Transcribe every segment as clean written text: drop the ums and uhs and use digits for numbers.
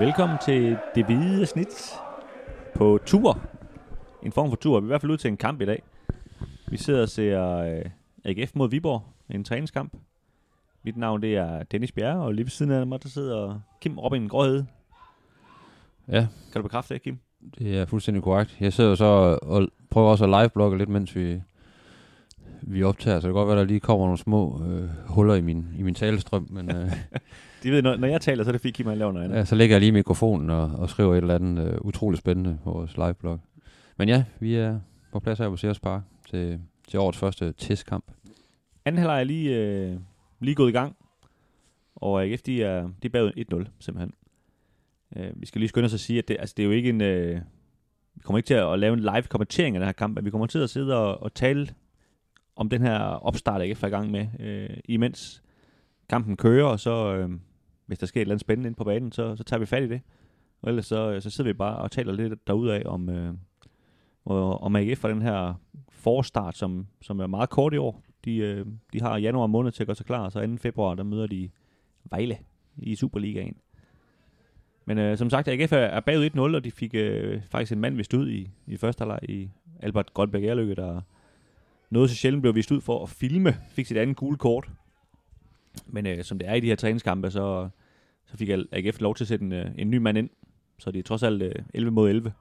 Velkommen til det hvide snit på tur. En form for tur. Vi er i hvert fald ude til en kamp i dag. Vi sidder og ser AGF mod Viborg. En træningskamp. Mit navn det er Dennis Bjerre, og lige ved siden af mig der sidder Kim Robin Gråhede. Ja. Kan du bekræfte det, Kim? Det er fuldstændig korrekt. Jeg sidder så og prøver også at live-blogge lidt, mens vi optager, så det kan godt være, der lige kommer nogle små huller i min talestrøm, men De ved, når jeg taler, så er det fint, Kim, at lave noget andet. ja, så lægger jeg lige mikrofonen og skriver et eller andet utroligt spændende på vores live-blog. Men ja, vi er på plads her på Sears Park til årets første testkamp. Anden halvleg er lige gået i gang, og AGF de er bagud 1-0, simpelthen. Vi skal lige skynde os at sige, at det er jo ikke en... vi kommer ikke til at lave en live kommentering af den her kamp, men vi kommer til at sidde og tale om den her opstart, AGF er i gang med, imens kampen kører, og så hvis der sker et eller andet spændende inde på banen, så tager vi fat i det. Og ellers så sidder vi bare og taler lidt derudaf om AGF for den her forstart, som er meget kort i år. De har januar måned til at gøre sig klar, og så 2. februar, der møder de Vejle i Superligaen. Men som sagt, AGF er bagud 1-0, og de fik faktisk en mand vist ud i første halvleg i Albert Goldberg Erløkke, der noget så sjældent blev vist ud for at filme, fik sit andet gule kort. Men som det er i de her træningskampe, så fik AGF lov til at sætte en ny mand ind, så det er trods alt 11 mod 11.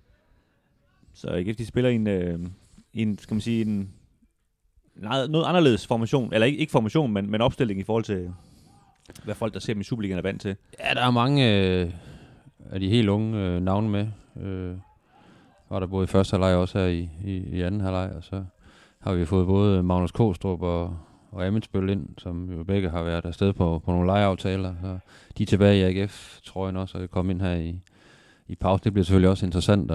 Så AGF de spiller en skal man sige, en noget anderledes formation, eller ikke formation, men opstilling i forhold til, hvad folk, der ser dem i Superligaen, er vant til. Ja, der er mange af de helt unge navne med. Og der både i første halvleg og også her i anden halvleg, og så har vi fået både Magnus Kåstrup og Amitsbøl ind, som jo begge har været afsted på nogle lejeaftaler. Så de er tilbage i AGF, tror jeg også, og komme ind her i pause. Det bliver selvfølgelig også interessant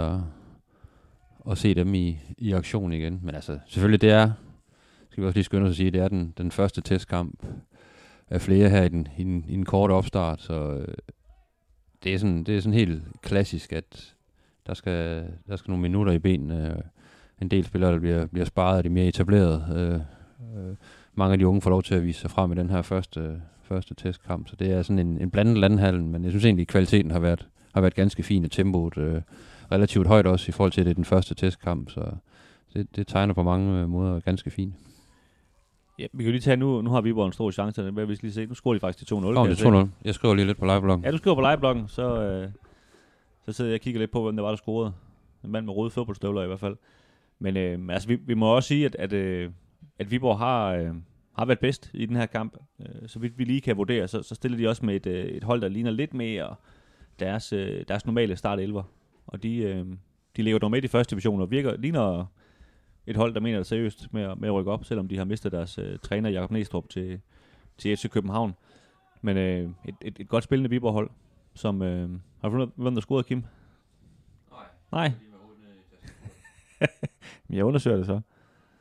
at se dem i aktion igen. Men altså, selvfølgelig det er, skal vi også lige skynde os at sige, det er den første testkamp af flere her i den korte opstart, så det er sådan helt klassisk, at der skal nogle minutter i benene. En del spillere, der bliver sparet af de mere etablerede. Mange af de unge får lov til at vise sig frem i den her første testkamp, så det er sådan en blandet landhandel, men jeg synes egentlig, at kvaliteten har været ganske fin, og tempoet relativt højt også i forhold til, at det er den første testkamp, så det tegner på mange måder ganske fint. Ja, vi kan lige tage nu har Viborg en stor chance, hvad vil lige se? Nu scorer de faktisk til 2-0. Det er 2-0. Jeg skriver lige lidt på livebloggen. Ja, du skriver på livebloggen, så sidder jeg og kigger lidt på, hvem der var, der scorede. En mand med røde fodboldstøvler i hvert fald. Men altså, vi må også sige, at Viborg har været bedst i den her kamp. Så vidt vi lige kan vurdere, så stiller de også med et hold, der ligner lidt mere deres normale start-11'er. Og de ligger dog med i første division og ligner et hold, der mener det seriøst med at rykke op, selvom de har mistet deres træner Jakob Næstrup til FC København. Men et godt spillende Viborg-hold, som... har du fundet, hvem der scorede, Kim? Nej. Jeg undersøger det så.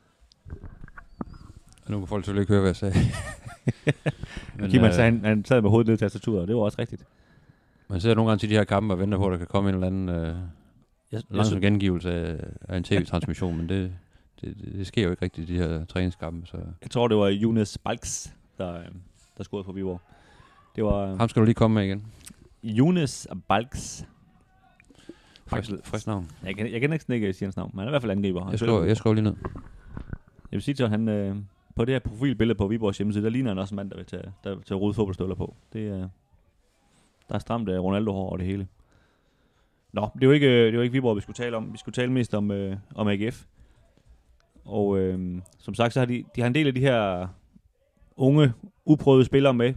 Nu kan folk selvfølgelig ikke høre, hvad jeg sagde. Men, Kim han sad med hovedet ned i tastaturet, og det var også rigtigt. Man ser nogle gange til de her kampe og venter på, at der kan komme en eller anden langsom gengivelse af en tv-transmission, men det sker jo ikke rigtigt i de her træningskampe. Så. Jeg tror, det var Younes Balks, der scorede for Viborg. Det var, ham skal du lige komme med igen. Younes Balks. Frisk navn. Jeg kan næsten ikke sige hans navn, men han er i hvert fald angriber. Jeg skriver lige ned. Jeg vil sige til han på det her profilbillede på Viborgs hjemmeside, der ligner han også en mand, der vil tage røde fodboldstøvler på. Der er stramt Ronaldo-hår og det hele. Nå, det er jo ikke Viborg, vi skulle tale om. Vi skulle tale mest om AGF. Og som sagt, så har de har en del af de her unge, uprøvede spillere med.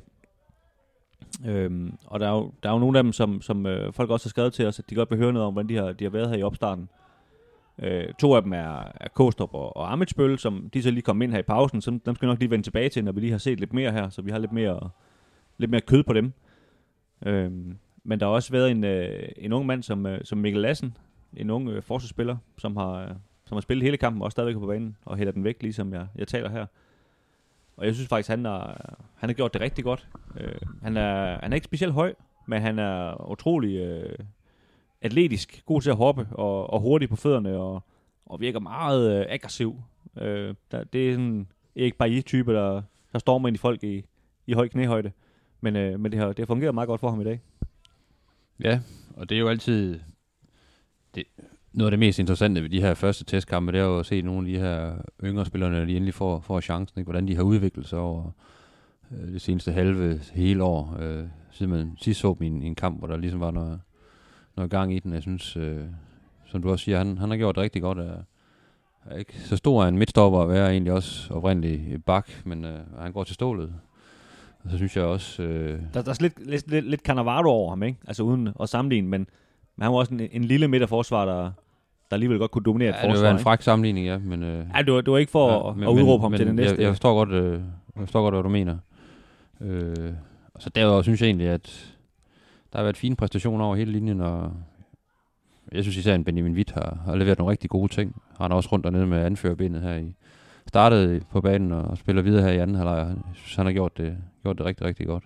Og der er jo nogle af dem, som folk også har skrevet til os, at de godt vil høre noget om, hvordan de har været her i opstarten. 2 af dem er Kåstrup og Amitsbøl, som de så lige kom ind her i pausen, så dem skal vi nok lige vende tilbage til, når vi lige har set lidt mere her, så vi har lidt mere kød på dem. Men der har også været en ung mand som Mikkel Lassen, en ung forsvarsspiller, som har spillet hele kampen og stadigvæk på banen og hælder den væk, ligesom jeg taler her. Og jeg synes faktisk, han har gjort det rigtig godt. Han er ikke specielt høj, men han er utrolig atletisk, god til at hoppe og hurtig på fødderne og virker meget aggressiv. Det er sådan Erik Bailly-type, der stormer ind i folk i høj knæhøjde. Men det har fungeret meget godt for ham i dag. Ja, og det er jo altid noget af det mest interessante ved de her første testkampe, det er jo at se nogle af de her yngre spillere, når de endelig får chancen, ikke? Hvordan de har udviklet sig over det seneste hele år, siden man sidst så dem i en kamp, hvor der ligesom var noget gang i den. Jeg synes, som du også siger, han har gjort det rigtig godt. Er ikke så stor en midtstopper at være, egentlig også oprindelig bak, men han går til stålet. Og så synes jeg også... Der er lidt Cannavaro over ham, ikke? Altså uden at sammenligne, men han var også en lille midterforsvar, der alligevel godt kunne dominere et forsvar. Det var en fræk sammenligning, ja. Men, det var ikke for at udråbe ham til det næste. Jeg forstår godt, hvad du mener. Og så derudover synes jeg egentlig, at der har været fine præstationer over hele linjen, og jeg synes især, at Benjamin Witt har leveret nogle rigtig gode ting. Han er også rundt dernede med anførerbenet her i startede på banen og spiller videre her i anden halvleg. Jeg synes, han har gjort det rigtig, rigtig godt.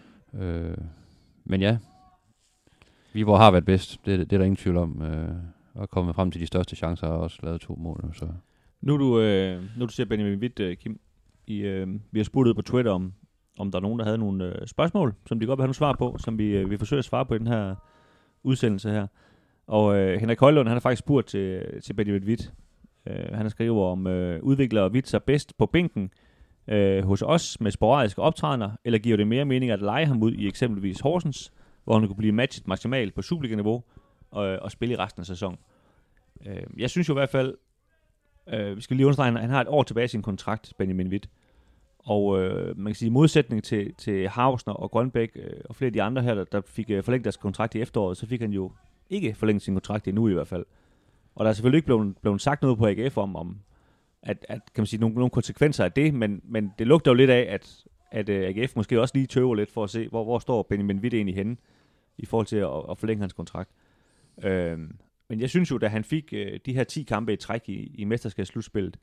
Men ja, Viborg har været bedst. Det er der ingen tvivl om. Og kommet frem til de største chancer og også lavet 2 mål. Så. Nu du ser Benjamin Witt, Kim, vi har spurgt ud på Twitter, om der er nogen, der havde nogle spørgsmål, som de godt vil have nogle svar på, som vi forsøger at svare på i den her udsendelse her. Og Henrik Højlund, han har faktisk spurgt til Benjamin Witt. Han har skrevet om udvikler Witt sig bedst på bænken hos os med sporadiske optrædener, eller giver det mere mening at lege ham ud i eksempelvis Horsens, hvor han kunne blive matchet maksimalt på Superliga-niveau og spille i resten af sæsonen. Jeg synes jo i hvert fald, vi skal lige understrege, at han har et år tilbage i sin kontrakt, Benjamin Witt. Og man kan sige, i modsætning til Hausner og Grønbæk og flere af de andre her, der fik forlænget deres kontrakt i efteråret, så fik han jo ikke forlænget sin kontrakt endnu i hvert fald. Og der er selvfølgelig ikke blevet sagt noget på AGF om at kan man sige, nogle konsekvenser af det, men det lugter jo lidt af, at AGF måske også lige tøver lidt for at se, hvor står Benjamin Witt egentlig henne i forhold til at forlænge hans kontrakt. Men jeg synes jo, da han fik de her 10 kampe i træk i mesterskabsslutspillet,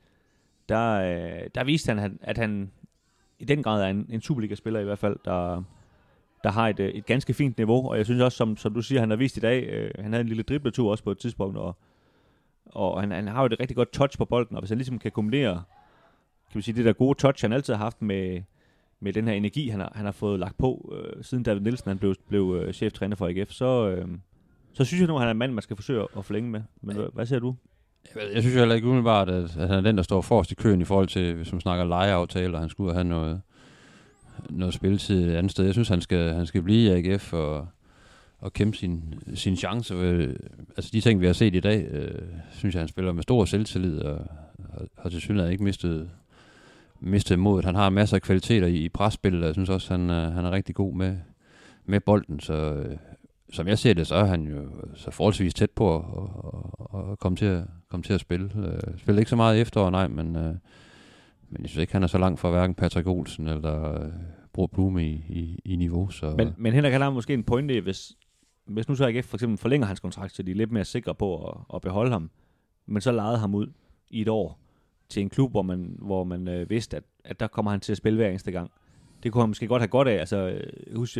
der viste han, at han i den grad er en Superliga-spiller i hvert fald, der har et ganske fint niveau, og jeg synes også, som du siger, han har vist i dag, han havde en lille dribletur også på et tidspunkt, og han har jo et rigtig godt touch på bolden, og hvis han ligesom kan kombinere, kan man sige, det der gode touch, han altid har haft med den her energi, han har fået lagt på, siden David Nielsen han blev cheftræner for AGF, så synes jeg nu, at han er en mand, man skal forsøge at forlænge med. Men hvad siger du? Jeg synes jo heller ikke umiddelbart, at han er den, der står forrest i køen i forhold til, hvis man snakker lejeaftaler, han skulle have noget spilletid et andet sted. Jeg synes, han skal blive i AGF og kæmpe sin chance. Altså de ting, vi har set i dag, synes jeg, han spiller med stor selvtillid og har til synligheden ikke mistet modet. Han har masser af kvaliteter i presspillet, og jeg synes også, han er rigtig god med bolden. Så som jeg ser det, så er han jo så forholdsvis tæt på at komme til at spille. Spiller ikke så meget i efteråret, nej, men jeg synes ikke, han er så langt fra hverken Patrick Olsen eller Bror Blume i niveau. Så. Men Henrik, han har måske en pointe, hvis nu så AGF for eksempel forlænger hans kontrakt, så de er lidt mere sikre på at beholde ham, men så lejede ham ud i et år til en klub, hvor man vidste, at der kommer han til at spille hver eneste gang. Det kunne han måske godt have godt af. Altså, husk,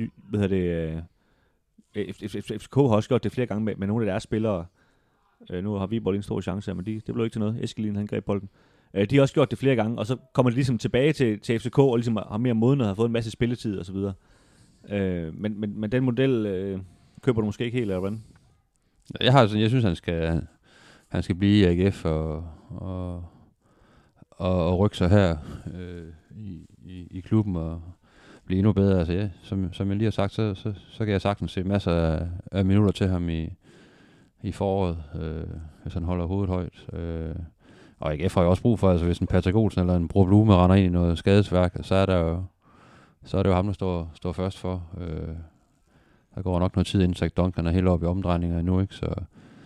FCK har også gjort det flere gange med nogle af deres spillere. Nu har Viborg en stor chance, men det blev ikke til noget. Eskelin, han greb bolden. De har også gjort det flere gange, og så kommer de ligesom tilbage til FCK, og ligesom har mere modnet og har fået en masse spilletid og så videre. Men den model køber du måske ikke helt, eller hvordan? Jeg synes, han skal blive i AGF og rykke sig her i klubben og blive endnu bedre. Altså, ja, som jeg lige har sagt, så kan jeg sagtens se masser af minutter til ham i foråret, hvis han holder hovedet højt. Og AGF har jo også brug for, altså hvis en Patrick Olsen eller en Bror Blume render ind i noget skadesværk, så er det jo ham, der står først for. Der går nok noget tid, inden Zach Duncan er helt oppe i omdrejninger endnu, ikke? Så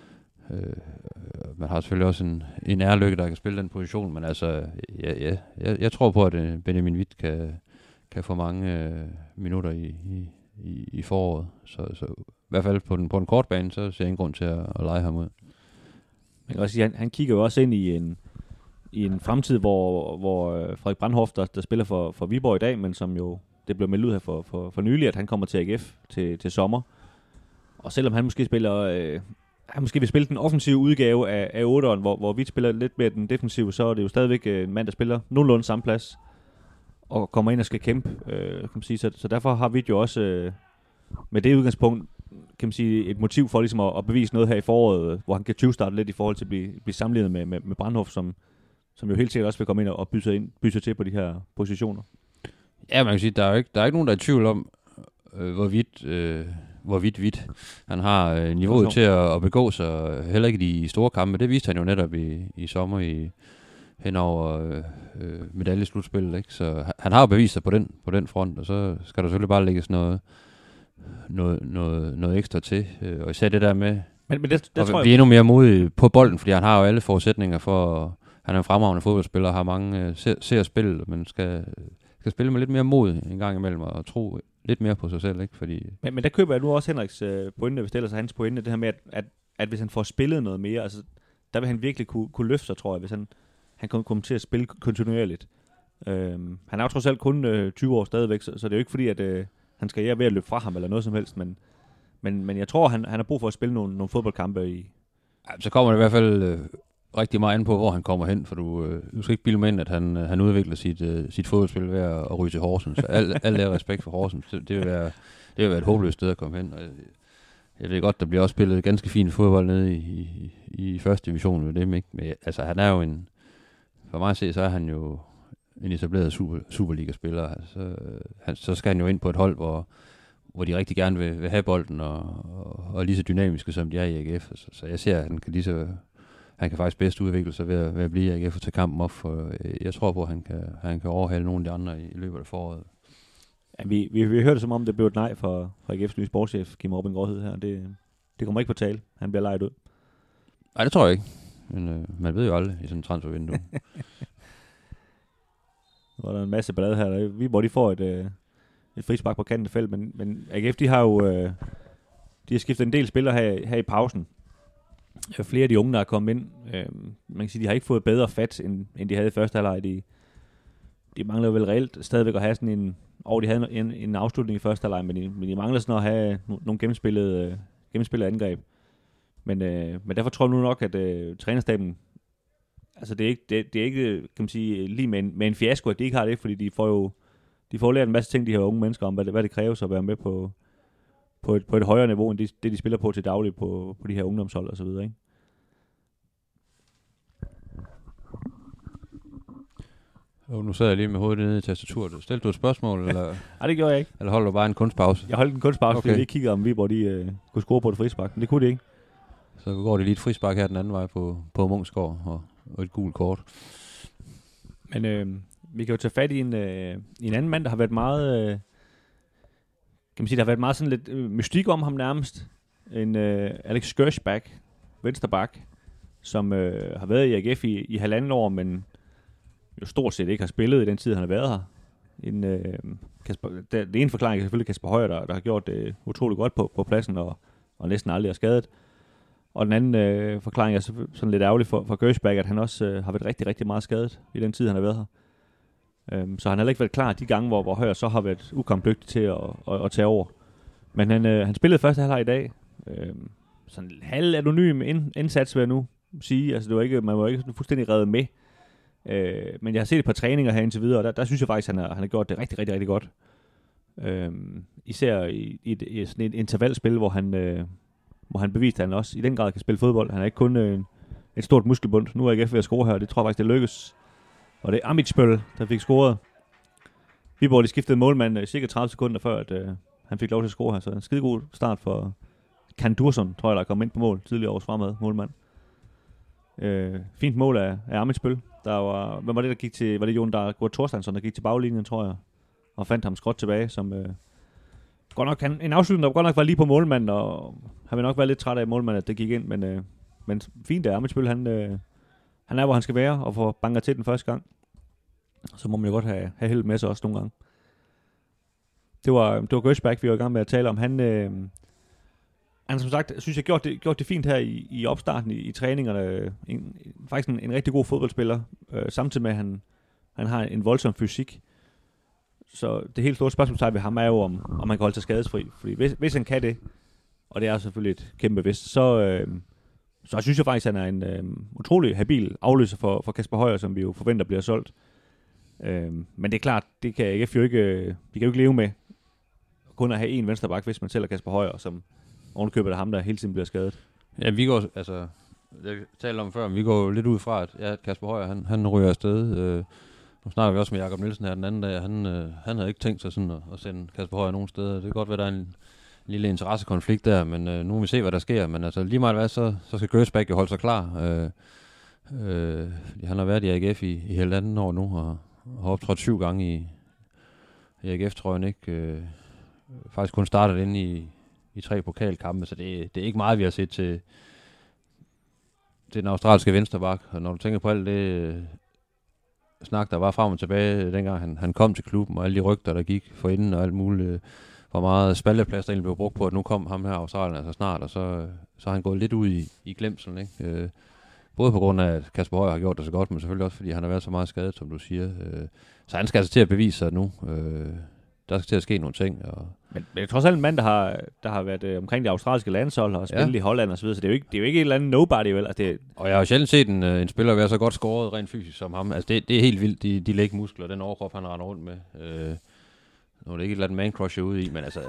man har selvfølgelig også en ærlykke, der kan spille den position, men altså, jeg tror på, at Benjamin Witt kan få mange minutter i foråret. Så i hvert fald på en kort bane, så ser jeg ingen grund til at lege ham ud. Man kan også sige, han kigger jo også ind i en fremtid, hvor Frederik Brandhoff, der spiller for Viborg i dag, men som jo, det blev meldt ud her for nylig, at han kommer til AGF til sommer. Og selvom han måske han måske vil spille den offensive udgave af 8'eren, hvor vi spiller lidt mere den defensive, så er det jo stadigvæk en mand, der spiller nogenlunde samme plads, og kommer ind og skal kæmpe, kan man sige. Så derfor har vi jo også med det udgangspunkt kan man sige, et motiv for ligesom at bevise noget her i foråret, hvor han kan 20-starte lidt i forhold til at blive sammenlignet med Brandhoff, som jo helt sikkert også vil komme ind og byde sig til på de her positioner. Ja, man kan sige, der er ikke nogen, der er i tvivl om, hvorvidt han har niveauet til at begå sig, heller ikke i de store kampe. Det viste han jo netop i sommer hen over medaljeslutspillet, ikke? Så han har jo bevist sig på den front, og så skal der selvfølgelig bare lægges noget ekstra til. Og især det der med men det at tror blive endnu mere modig på bolden, fordi han har jo alle forudsætninger for, han er en fremragende fodboldspiller, har mange ser spil, men skal spille med lidt mere mod en gang imellem, og tro lidt mere på sig selv, ikke? Fordi men der køber jeg nu også Henriks pointe, hvis det ellers er hans pointe, det her med, at hvis han får spillet noget mere, altså, der vil han virkelig kunne løfte sig, tror jeg, hvis han kommer til at spille kontinuerligt. Han er jo trods alt kun 20 år stadigvæk, så det er jo ikke fordi, at han skal ved at løbe fra ham eller noget som helst, men jeg tror, han har brug for at spille nogle fodboldkampe i. Ja, så kommer det i hvert fald rigtig meget an på, hvor han kommer hen, for du skal ikke bilde mig ind, at han udvikler sit fodboldspil ved at ryge til Horsens. Alt er respekt for Horsens. Det vil være et håbløst sted at komme hen. Og jeg ved godt, der bliver også spillet ganske fint fodbold nede i første division med dem, ikke? Men altså, han er jo for mig at se, så er han jo en etableret Superliga-spiller. Altså, så skal han jo ind på et hold, hvor de rigtig gerne vil have bolden, og lige så dynamiske, som de er i AGF. Så jeg ser, at han kan faktisk bedst udvikle sig ved at blive i AGF og tage kampen op, for jeg tror på, at han kan overhale nogle af de andre i løbet af foråret. Ja, vi hørte som om, det blev et nej fra AGF's nye sportschef, Kim Robin Gråhed her. Det kommer ikke på tale. Han bliver lejet ud. Nej, det tror jeg ikke. Men man ved jo aldrig i sådan en transfervindue. Nu er der en masse ballade her. Viborg, de får et frispark på kanten af felt, men AGF, de har jo de har skiftet en del spillere her i pausen. Flere af de unge, der er kommet ind, man kan sige, de har ikke fået bedre fat, end de havde i første halvleg. De mangler vel reelt stadigvæk at have sådan de havde en afslutning i første halvleg, men de mangler sådan at have nogle gennemspillede angreb. Men derfor tror jeg nu nok, at trænerstaben, altså det er ikke kan man sige, lige med en fiasko, at de ikke har det, fordi de får lært en masse ting, de her unge mennesker, om hvad det kræves at være med på et højere niveau, end det de spiller på til daglig på de her ungdomshold og så videre, ikke? Nu sad jeg lige med hovedet nede i tastaturet. Stillede du et spørgsmål? Eller? Nej, det gjorde jeg ikke. Eller holdt du bare en kunstpause? Jeg holdt en kunstpause, fordi jeg lige kiggede, om Viborg de kunne score på et frispark, men det kunne de ikke. Så går det lige et frispark her den anden vej på Munksgaard og et gult kort. Men vi kan jo tage fat i en anden mand, der har været meget, kan man sige, der har været meget sådan lidt mystik om ham nærmest. En Alex Skørsbak, vensterbak, som har været i AGF i 1,5 år, men jo stort set ikke har spillet i den tid, han har været her. Det ene forklaring er selvfølgelig Kasper Højer, der har gjort det utroligt godt på pladsen, og næsten aldrig er skadet. Og den anden forklaring er sådan lidt ærgerlig for Gørsbak, at han også har været rigtig, rigtig meget skadet i den tid, han har været her. Så han har heller ikke været klar de gange, hvor Højer så har været ukampdygtig til at tage over. Men han spillede første halvleg i dag. Sådan en halv anonym indsats, vil jeg nu sige. Altså, man var ikke fuldstændig reddet med. Men jeg har set et par træninger her indtil videre, og der synes jeg faktisk, han har gjort det rigtig, rigtig, rigtig godt. Især i sådan et intervalspil, hvor han beviste, at han også i den grad kan spille fodbold. Han er ikke kun et stort muskelbund. Nu er AGF ved at score her, det tror jeg faktisk, det lykkes. Og det er Amitsbøl, der fik scoret. Viborg, de skiftede målmand cirka 30 sekunder før, at han fik lov til at score her. Så en skidegod start for Kandursson, tror jeg, der kom ind på mål tidligere års fremad målmand. Fint mål af Amitsbøl. Hvem var det, der gik til? Var det Jon Dahl Thorsteinsson, der gik til baglinjen, tror jeg, og fandt ham skråt tilbage, som godt nok en afslutning, der godt nok var lige på målmanden, og han vil nok være lidt træt af målmanden, at det gik ind, men fint af Amitsbøl, han er, hvor han skal være, og får banker til den første gang. Så må man jo godt have held med sig også nogle gange. Det var Gørsbak, vi var i gang med at tale om. Han som sagt, synes jeg, gjort det fint her i opstarten i træningerne. Faktisk en rigtig god fodboldspiller, samtidig med, at han har en voldsom fysik. Så det helt store spørgsmål ved ham er jo, om han kan holde sig skadesfri. Fordi hvis han kan det, og det er selvfølgelig et kæmpe vist, så synes jeg faktisk, at han er en utrolig habil afløser for Kasper Højer, som vi jo forventer bliver solgt. Men det er klart, det kan AGF jo ikke, vi kan jo ikke leve med kun at have en venstreback, hvis man sælger Kasper Højer, som ovenkøbet af ham, der hele tiden bliver skadet. Ja, vi går, altså, jeg talte om før, men vi går lidt ud fra, at Kasper Højer, han ryger afsted. Nu snakker vi også med Jakob Nielsen her den anden dag, han havde ikke tænkt sig sådan at sende Kasper Højer nogen steder. Det kan godt være, der er en lille interessekonflikt der, men nu må vi se, hvad der sker. Men altså, lige meget hvad, så skal Gøsbæk jo holde sig klar. Han har været i AGF i hele andet år nu, og har optrådt 7 gange i AGF-trøjen, ikke? Faktisk kun startet inde i 3 pokalkampe, så det er ikke meget, vi har set til den australske venstreback. Og når du tænker på alt det snak, der var frem og tilbage, dengang han kom til klubben, og alle de rygter, der gik for inden, og alt muligt, hvor meget spalteplads der egentlig blev brugt på, at nu kom ham her Australien altså snart, og så har han gået lidt ud i glemselen, ikke? Både på grund af, at Kasper Højer har gjort det så godt, men selvfølgelig også, fordi han har været så meget skadet, som du siger. Så han skal altså til at bevise sig nu. Der skal til at ske nogle ting. Men det er trods alt en mand, der har været omkring de australske landshold og spillet i Holland og så videre, så det er jo ikke et eller andet nobody, vel? Altså, og jeg har jo sjældent set en spiller være så godt skåret rent fysisk som ham. Altså det er helt vildt, de lægmuskler, den overkrop, han render rundt med. Nu er det ikke et eller andet man-crusher ude i, men altså,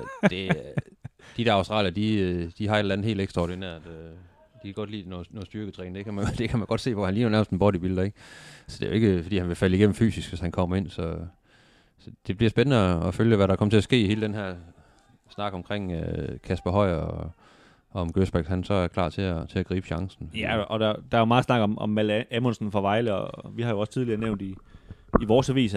de der australier, de har et eller andet helt ekstraordinært. De kan godt lide noget styrketræning. Det kan man godt se, hvor han ligner nærmest en bodybuilder, ikke? Så det er jo ikke, fordi han vil falde igennem fysisk, hvis han kommer ind. Så det bliver spændende at følge, hvad der kommer til at ske i hele den her snak omkring Kasper Højer og om Gøsbæk, han så er klar til at gribe chancen. Ja, og der er jo meget snak om Malte Amundsen fra Vejle, og vi har jo også tidligere nævnt i vores avis,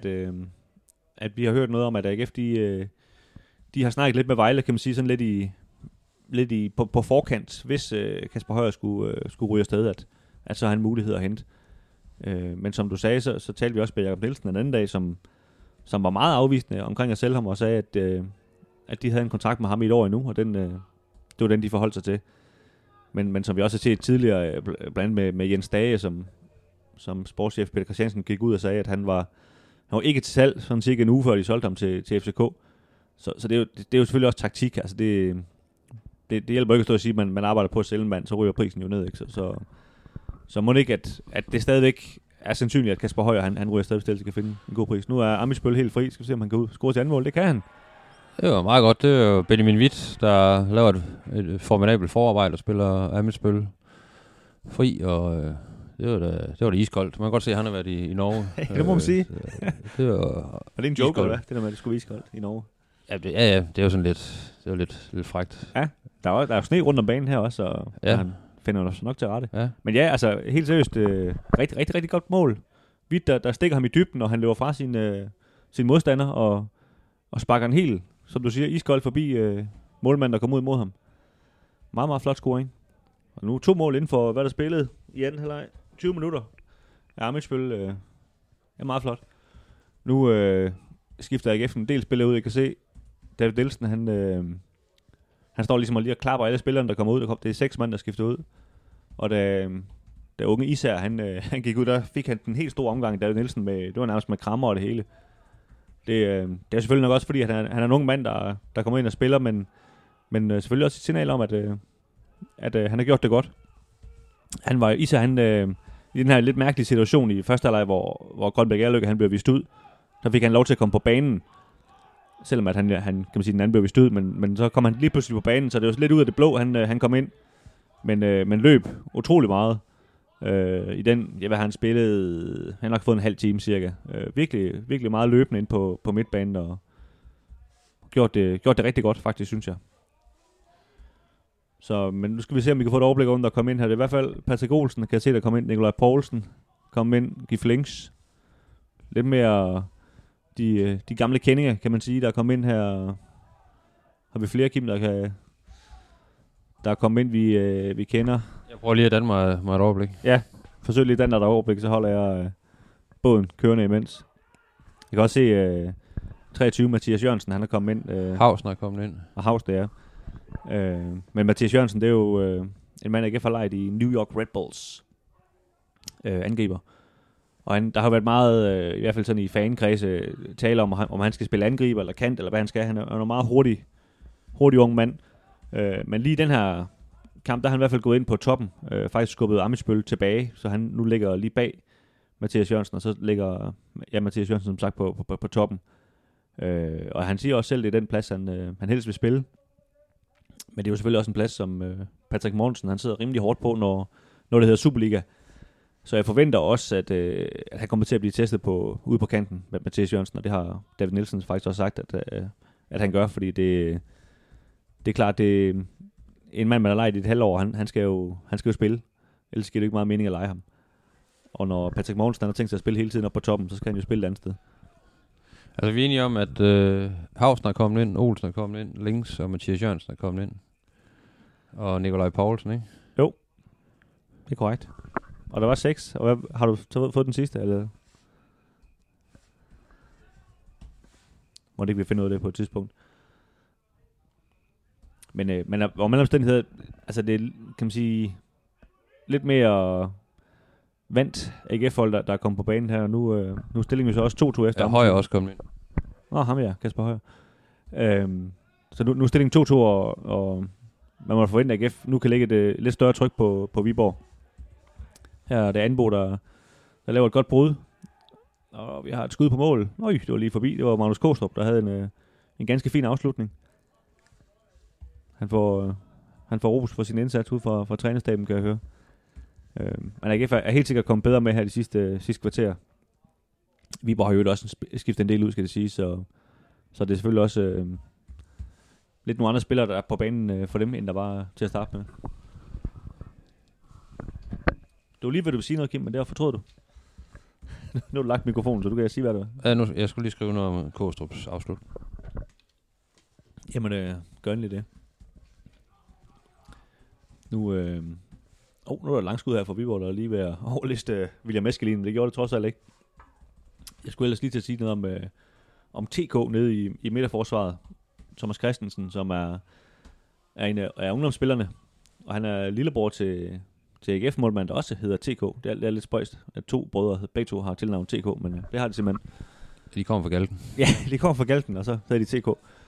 at vi har hørt noget om, at AGF, de har snakket lidt med Vejle, kan man sige, sådan lidt på forkant, hvis Kasper Højer skulle ryge afsted, at så har han mulighed at hente. Men som du sagde, så talte vi også med Jakob Nielsen den anden dag, som var meget afvisende omkring at sælge ham, og sagde, at de havde en kontrakt med ham i et år endnu, og det var den, de forholdt sig til. Men som vi også har set tidligere, blandt andet med Jens Dage, som sportschef Peter Christiansen gik ud og sagde, at han var ikke til salg, sådan cirka en uge før de solgte ham til FCK. Så det er jo selvfølgelig også taktik. Altså det hjælper ikke at stå og sige, at man arbejder på at sælge en mand, så ryger prisen jo ned. Ikke? Så må det ikke, at det stadigvæk er sandsynligt, at Kasper Højer han ryger stadig til, kan finde en god pris. Nu er Ammitzbøll helt fri. Skal vi se, om han kan ud score til anden mål. Det kan han. Det var meget godt. Det er jo Benjamin Witt, der laver et formidabelt forarbejde og spiller Ammitzbøll fri, og det var det iskoldt. Man kan godt se, at han har været i Norge. Det må man sige. Det var og det er en joke, eller hvad? Det der med, at det skulle være iskoldt i Norge. Ja, det er jo sådan lidt frækt. Ja, der er jo sne rundt om banen her også, og han finder jo nok til rette. Ja. Men ja, altså helt seriøst, rigtig, rigtig, rigtig godt mål. Witt, der stikker ham i dybden, og han løber fra sin modstander, og sparker en helt, som du siger, iskoldt forbi målmanden, der kommer ud mod ham. Meget, meget flot scoring. Og nu 2 mål inden for, hvad der spillede i anden halvleg. 20 minutter. Ja, Ammitzbøll er meget flot. Nu skifter AGF en del spillere ud. Jeg kan se, David Nielsen, han står ligesom og lige og klapper alle spillerne, der kommer ud. Det er 6 mand, der skifter ud. Og da unge Især, han gik ud, der fik han den helt store omgang, David Nielsen, det var nærmest med krammer og det hele. Det er selvfølgelig nok også, fordi han er en ung mand, der kommer ind og spiller, men selvfølgelig også et signal om, at han har gjort det godt. Han var Især, i den her lidt mærkelige situation i første halvleg, hvor Grønbæk Erløkke, han blev vist ud. Der fik han lov til at komme på banen, selvom at han kan man sige, den anden blev vist ud, men så kom han lige pludselig på banen, så det var lidt ud af det blå, han kom ind. Men løb utrolig meget. I den, hvad han spillede, han har nok fået en halv time cirka. Virkelig, virkelig meget løbende ind på midtbanen, og gjort det rigtig godt, faktisk, synes jeg. Så, men nu skal vi se, om vi kan få et overblik om, der kommer ind her. Det er i hvert fald Patrick Olsen, kan jeg se, der kommer ind. Nikolaj Poulsen kommer ind. Gif Links. Lidt mere de gamle kendinger, kan man sige, der er kommet ind her. Har vi flere, Kim, der er kommet ind, vi kender? Jeg prøver lige at danne mig et overblik. Ja, forsøg lige at danne dig et overblik, så holder jeg båden kørende imens. Jeg kan også se 23, Mathias Jørgensen, han er kommet ind. Hausen er kommet ind. Og Haus, det er. Men Mathias Jørgensen, det er jo en mand, der ikke har lejet i New York Red Bulls angriber. Og der har været meget, i hvert fald sådan i fankredse, tale om han skal spille angriber eller kant, eller hvad han skal. Han er en meget hurtig ung mand. Men lige i den her kamp, der har han i hvert fald gået ind på toppen. Faktisk skubbet Ammitzbøll tilbage, så han nu ligger lige bag Mathias Jørgensen, og så ligger Mathias Jørgensen som sagt på toppen. Og han siger også selv, det er den plads, han helst vil spille. Men det er jo selvfølgelig også en plads, som Patrick Mortensen, han sidder rimelig hårdt på, når det hedder Superliga. Så jeg forventer også, at han kommer til at blive testet ude på kanten med Mathias Jørgensen, og det har David Nielsen faktisk også sagt, at han gør, fordi det er klart, det er en mand, man har lejet i et halvår, han skal jo spille. Ellers giver det ikke meget mening at lege ham. Og når Patrick Mortensen har tænkt sig at spille hele tiden op på toppen, så skal han jo spille et andet sted. Altså vi er enige om, at Hausen er kommet ind, Olsen er kommet ind, Links og Mathias Jørgensen er kommet ind. Og Nikolaj Poulsen, ikke? Jo, det er korrekt. Og der var 6, og har du fået den sidste, eller? Må det ikke vi finde ud af det på et tidspunkt. Men om omstændigheder, altså det er, kan man sige, lidt mere vandt AGF-hold, der er kommet på banen her, og nu stillingen jo så også 2-2 efter. Ja, Højer også kommet ind. Nå, ham ja, Kasper Højer. Så nu er stillingen 2-2, og man må forvente, at AGF nu kan lægge et lidt større tryk på Viborg. Her er det Anbo, der laver et godt brud, og vi har et skud på mål. Øj, det var lige forbi. Det var Magnus Kostrup, der havde en ganske fin afslutning. Han får ros for sin indsats ud fra trænerstaben, kan jeg høre. Men AGF er helt sikkert kommet bedre med her de sidste kvarter. Viborg har jo også skiftet en del ud, skal det sige, så det er selvfølgelig også lidt nogle andre spillere, der er på banen for dem, end der var til at starte med. Du var lige ved, du ville sige noget, Kim, men det var fortrød du. Nu har du lagt mikrofonen, så du kan sige, hvad det var. Ja, jeg skulle lige skrive noget om Kostrups afslut. Jamen, gør endelig det. Nu er der langskud her for Viborg, der er lige ved at overliste William Eskelin, men det gjorde det trods alt ikke. Jeg skulle ellers lige til at sige noget om TK nede i midterforsvaret. Thomas Christensen, som er en af ungdomsspillerne, og han er lillebror til AGF-målmand, der også hedder TK. Det er lidt spøjst, at 2 brødre, begge 2 har tilnavnet TK, men det har de simpelthen. De kommer fra Galten. Ja, de kommer fra Galten, og så hedder de TK.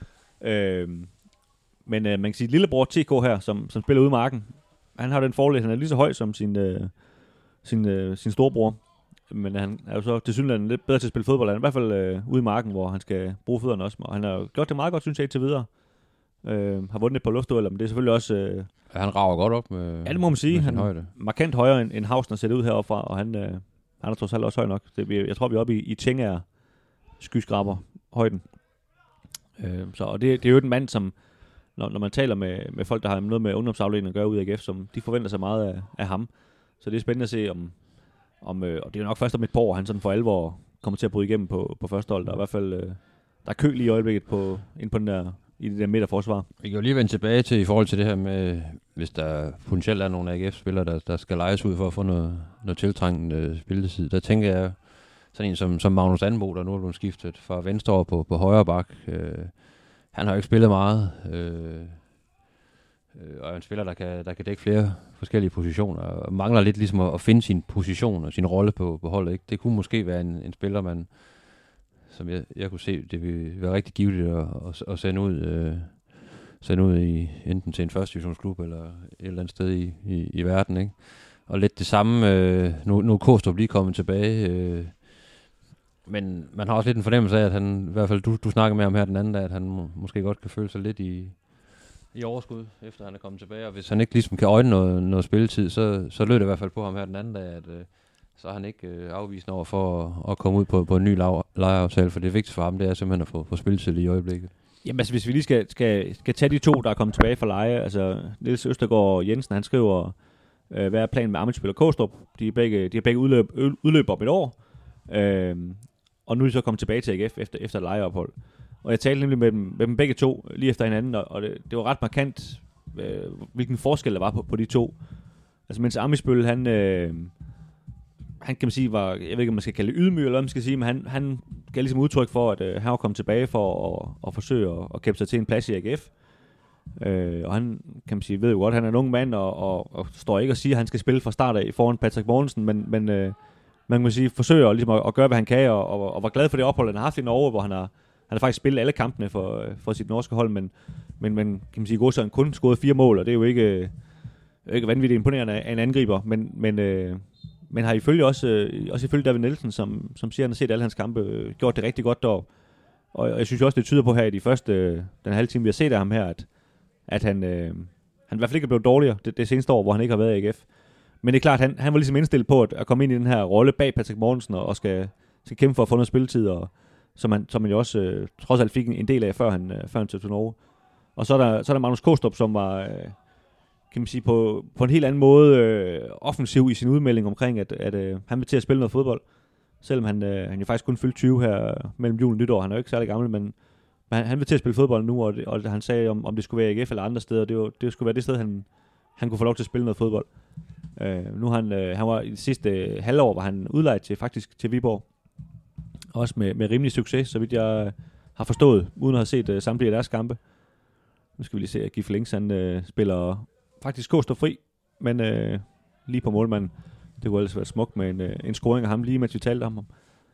Men man kan sige, lillebror TK her, som spiller ude i marken, han har den fordel, han er lige så høj som sin storebror. Men han er jo så til synligheden lidt bedre til at spille fodbold. Han er i hvert fald ude i marken, hvor han skal bruge fødderne også. Og han har gjort det meget godt, synes jeg, til videre. Har vundet et par luftdueller, men det er selvfølgelig også... Han rager godt op med... Ja, det må man sige. Han højde. Markant højere end Hausner ser det ud heroppe fra, og han er trods alt også høj nok. Jeg tror, vi er oppe i Tjengager skyskraber højden. Og det er jo en mand, som... Når man taler med folk, der har noget med ungdomsafdelingen at gøre ud af AGF, som de forventer sig meget af ham. Så det er spændende at se, og det er jo nok først om et par år, han sådan for alvor kommer til at bryde igennem på første hold. Der er i hvert fald der er kø lige i øjeblikket ind på den der, i det der midterforsvar. Vi kan jo lige vende tilbage til i forhold til det her med, hvis der potentielt er nogle AGF-spillere, der skal lejes ud for at få noget tiltrængende spilletid. Der tænker jeg sådan en som Magnus Anbo, der nu er blevet skiftet fra venstre over på højre bak. Han har jo ikke spillet meget, og er en spiller, der kan dække flere forskellige positioner, og mangler lidt ligesom at finde sin position og sin rolle på holdet. Ikke? Det kunne måske være en spiller, som jeg kunne se, det ville være rigtig givetigt at sende ud i enten til en første divisionsklub eller et eller andet sted i verden. Ikke? Og lidt det samme, nu er Kostrup lige kommet tilbage, men man har også lidt en fornemmelse af, at han, i hvert fald du snakker med ham her den anden dag, at han måske godt kan føle sig lidt i overskud, efter han er kommet tilbage. Og hvis han ikke ligesom kan øjne noget spilletid, så lød det i hvert fald på ham her den anden dag, at så er han ikke afvisende over for at komme ud på en ny lejeaftale, for det er vigtigt for ham, det er simpelthen at få spilletid i øjeblikket. Jamen altså, hvis vi lige skal tage de 2, der er kommet tilbage fra leje, altså Niels Østergaard Jensen, han skriver, hvad er planen med Amitsbøl og Kostrup? De har begge udløb om et år, og nu er de så kommet tilbage til AGF efter et lejeophold. Og jeg talte nemlig med dem begge 2 lige efter hinanden, og det var ret markant, hvilken forskel der var på de 2. Altså mens Amitsbøl, han kan man sige, jeg ved ikke, om man skal kalde det ydmyg, eller hvad man skal sige, men han gav ligesom udtryk for, at han var kommet tilbage for at forsøge at kæmpe sig til en plads i AGF. Og han, kan man sige, ved jo godt, han er en ung mand, og står ikke og siger, at han skal spille fra start af foran Patrick Mortensen, men man kan sige, forsøger ligesom at gøre, hvad han kan, og var glad for det ophold, han har haft i Norge, hvor han har faktisk spillet alle kampene for sit norske hold, men kan man sige, Godson kun scoret 4 mål, og det er jo ikke vanvittigt imponerende af en angriber, men har ifølge også ifølge David Nielsen, som siger, han har set alle hans kampe, gjort det rigtig godt deroppe. Og jeg synes også, det tyder på her i den halve time, vi har set af ham her, at han i hvert fald ikke er blevet dårligere det seneste år, hvor han ikke har været i AGF. Men det er klart, han var ligesom indstillet på at komme ind i den her rolle bag Patrick Mortensen og skal kæmpe for at få noget spilletid, og som man jo også trods alt fik en del af, før han tog til Norge. Og så er der Magnus Kåstrup, som var, kan man sige, på en helt anden måde offensiv i sin udmelding omkring, at han vil til at spille noget fodbold. Selvom han jo faktisk kun fyldte 20 her mellem jul og nytår. Han er jo ikke særlig gammel, men han vil til at spille fodbold nu, og han sagde, om det skulle være AGF eller andre steder, det skulle være det sted, han kunne få lov til at spille noget fodbold. Nu han var i det sidste halvår, var han udlejet til Viborg. Også med rimelig succes, så vidt jeg har forstået, uden at have set samtlige af deres kampe. Nu skal vi lige se, at Gif Links, han spiller faktisk Kåstrup fri, men lige på målmanden. Det kunne ellers være smukt med en scoring af ham, lige mens vi talte om ham.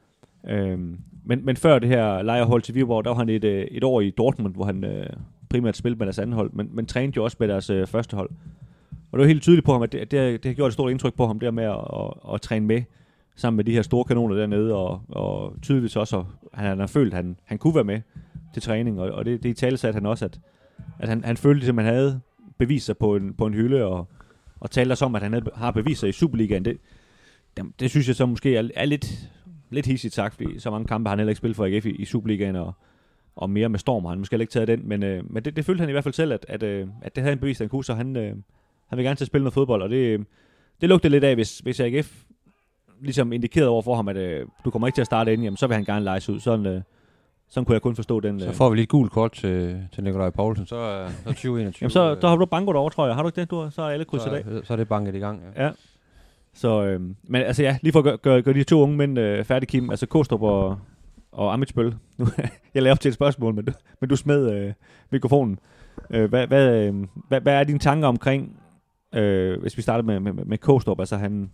Men før det her lejerhold til Viborg, der var han et år i Dortmund, hvor han primært spillede med deres anden hold, men trænede jo også med deres første hold. Og det var helt tydeligt på ham, at det har gjort et stort indtryk på ham, der med at træne med, sammen med de her store kanoner dernede, og tydeligvis også, at han har følt, at han kunne være med til træning, og det i tale satte han også, at han følte, ligesom han havde bevist sig på en hylde, og talte også om, at han har bevist sig i Superligaen. Det synes jeg så måske er lidt hissigt sagt, fordi så mange kampe har han heller ikke spillet for AGF i Superligaen, og mere med Storm har han måske heller ikke taget den, men det følte han i hvert fald selv, at det havde han bevist, at han kunne, så han vil gerne til at spille noget fodbold, og det lugtede lidt af, hvis AGF ligesom indikerede over for ham, at du kommer ikke til at starte ind, jamen, så vil han gerne lejes ud. Sådan kunne jeg kun forstå den. Så får vi lige et gult kort til Nikolaj Poulsen, så er 2021. Jamen, så har du banket over, tror jeg. Har du ikke det? Så er alle krydset af. Så er det banket i gang, ja. Så, men altså ja, lige for at gøre de to unge mænd færdige, Kim, altså Kåstrup og Amitsbøl. Jeg lavede op til et spørgsmål, men du smed mikrofonen. Hvad er dine tanker omkring, hvis vi starter med Kåstrup, altså han...